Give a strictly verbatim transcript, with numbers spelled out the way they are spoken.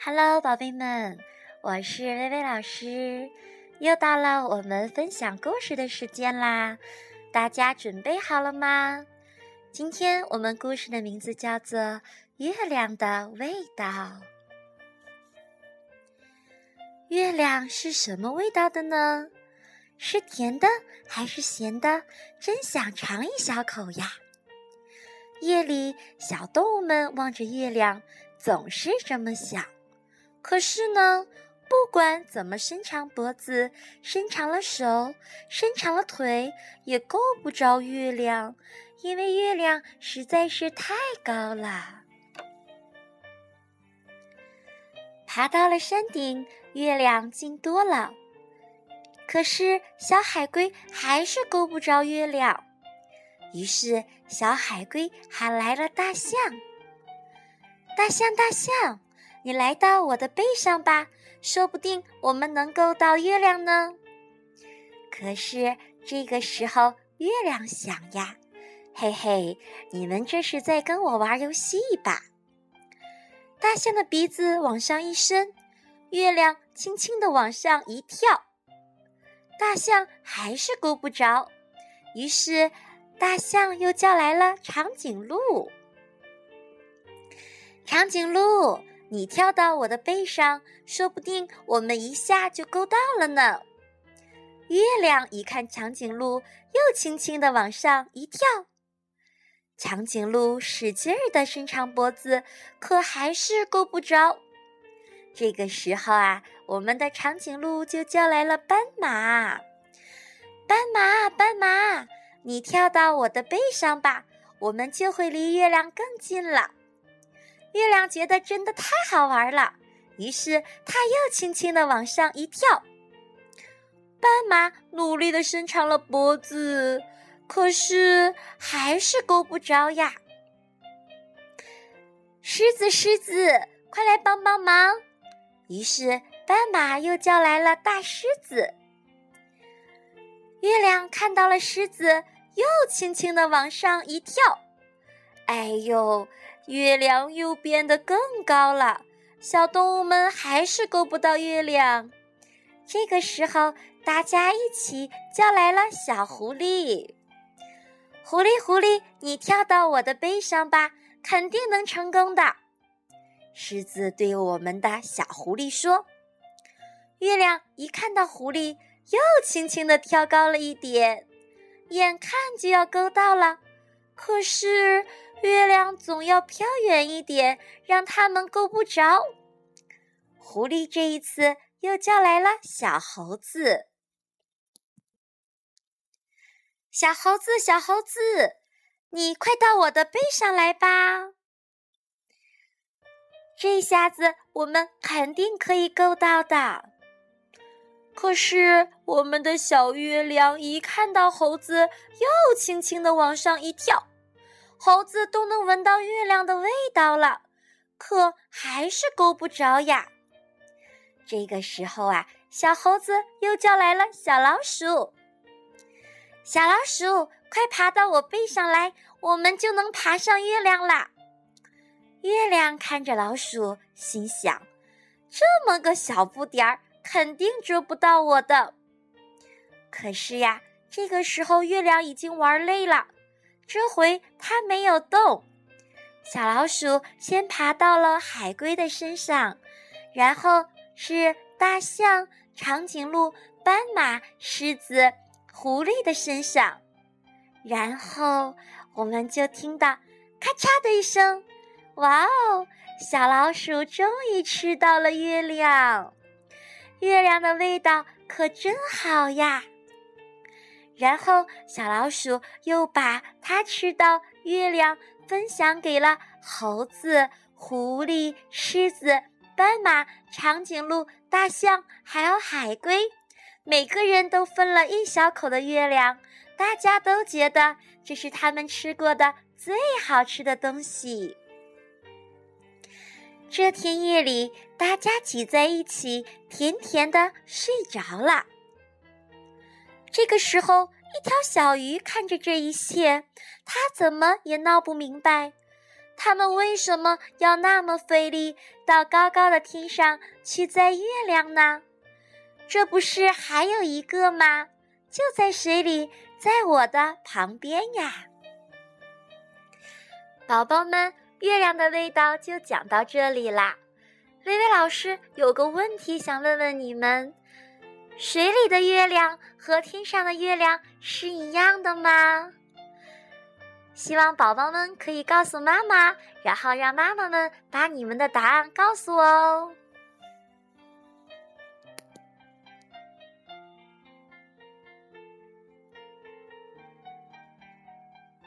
Hello， 宝贝们，我是薇薇老师，又到了我们分享故事的时间啦！大家准备好了吗？今天我们故事的名字叫做《月亮的味道》。月亮是什么味道的呢？是甜的还是咸的？真想尝一小口呀！夜里，小动物们望着月亮，总是这么想。可是呢，不管怎么伸长脖子，伸长了手，伸长了腿，也够不着月亮，因为月亮实在是太高了。爬到了山顶，月亮近多了，可是小海龟还是够不着月亮。于是小海龟喊来了大象：大象大象，你来到我的背上吧，说不定我们能够到月亮呢。可是这个时候月亮想呀，嘿嘿，你们这是在跟我玩游戏吧。大象的鼻子往上一伸，月亮轻轻地往上一跳，大象还是够不着，于是大象又叫来了长颈鹿：长颈鹿，你跳到我的背上，说不定我们一下就够到了呢。月亮一看长颈鹿，又轻轻地往上一跳，长颈鹿使劲儿地伸长脖子，可还是够不着。这个时候啊，我们的长颈鹿就叫来了斑马：斑马斑马，你跳到我的背上吧，我们就会离月亮更近了。月亮觉得真的太好玩了，于是它又轻轻地往上一跳。斑马努力地伸长了脖子，可是还是够不着呀。狮子狮子，快来帮帮忙！于是斑马又叫来了大狮子。月亮看到了狮子，又轻轻地往上一跳。哎呦，月亮又变得更高了，小动物们还是够不到月亮。这个时候，大家一起叫来了小狐狸：狐狸狐狸，你跳到我的背上吧，肯定能成功的。狮子对我们的小狐狸说。月亮一看到狐狸，又轻轻地跳高了一点，眼看就要够到了，可是月亮总要飘远一点，让它们够不着。狐狸这一次又叫来了小猴子：小猴子小猴子，你快到我的背上来吧。这下子我们肯定可以够到的。可是我们的小月亮一看到猴子，又轻轻地往上一跳，猴子都能闻到月亮的味道了，可还是够不着呀。这个时候啊，小猴子又叫来了小老鼠：小老鼠，快爬到我背上来，我们就能爬上月亮啦。月亮看着老鼠，心想：这么个小不点儿，肯定捉不到我的。可是呀，这个时候月亮已经玩累了，这回它没有动。小老鼠先爬到了海龟的身上，然后是大象、长颈鹿、斑马、狮子、狐狸的身上，然后我们就听到咔嚓的一声，哇哦，小老鼠终于吃到了月亮，月亮的味道可真好呀。然后小老鼠又把它吃到月亮分享给了猴子、狐狸、狮子、斑马、长颈鹿、大象还有海龟，每个人都分了一小口的月亮，大家都觉得这是他们吃过的最好吃的东西。这天夜里，大家挤在一起，甜甜地睡着了。这个时候，一条小鱼看着这一切，它怎么也闹不明白， 他们为什么要那么费力到高高的天上去摘月亮呢？这不是还有一个吗？就在水里，在我的旁边呀。宝宝们，月亮的味道就讲到这里啦。薇薇老师有个问题想问问你们，水里的月亮和天上的月亮是一样的吗？希望宝宝们可以告诉妈妈，然后让妈妈们把你们的答案告诉我哦。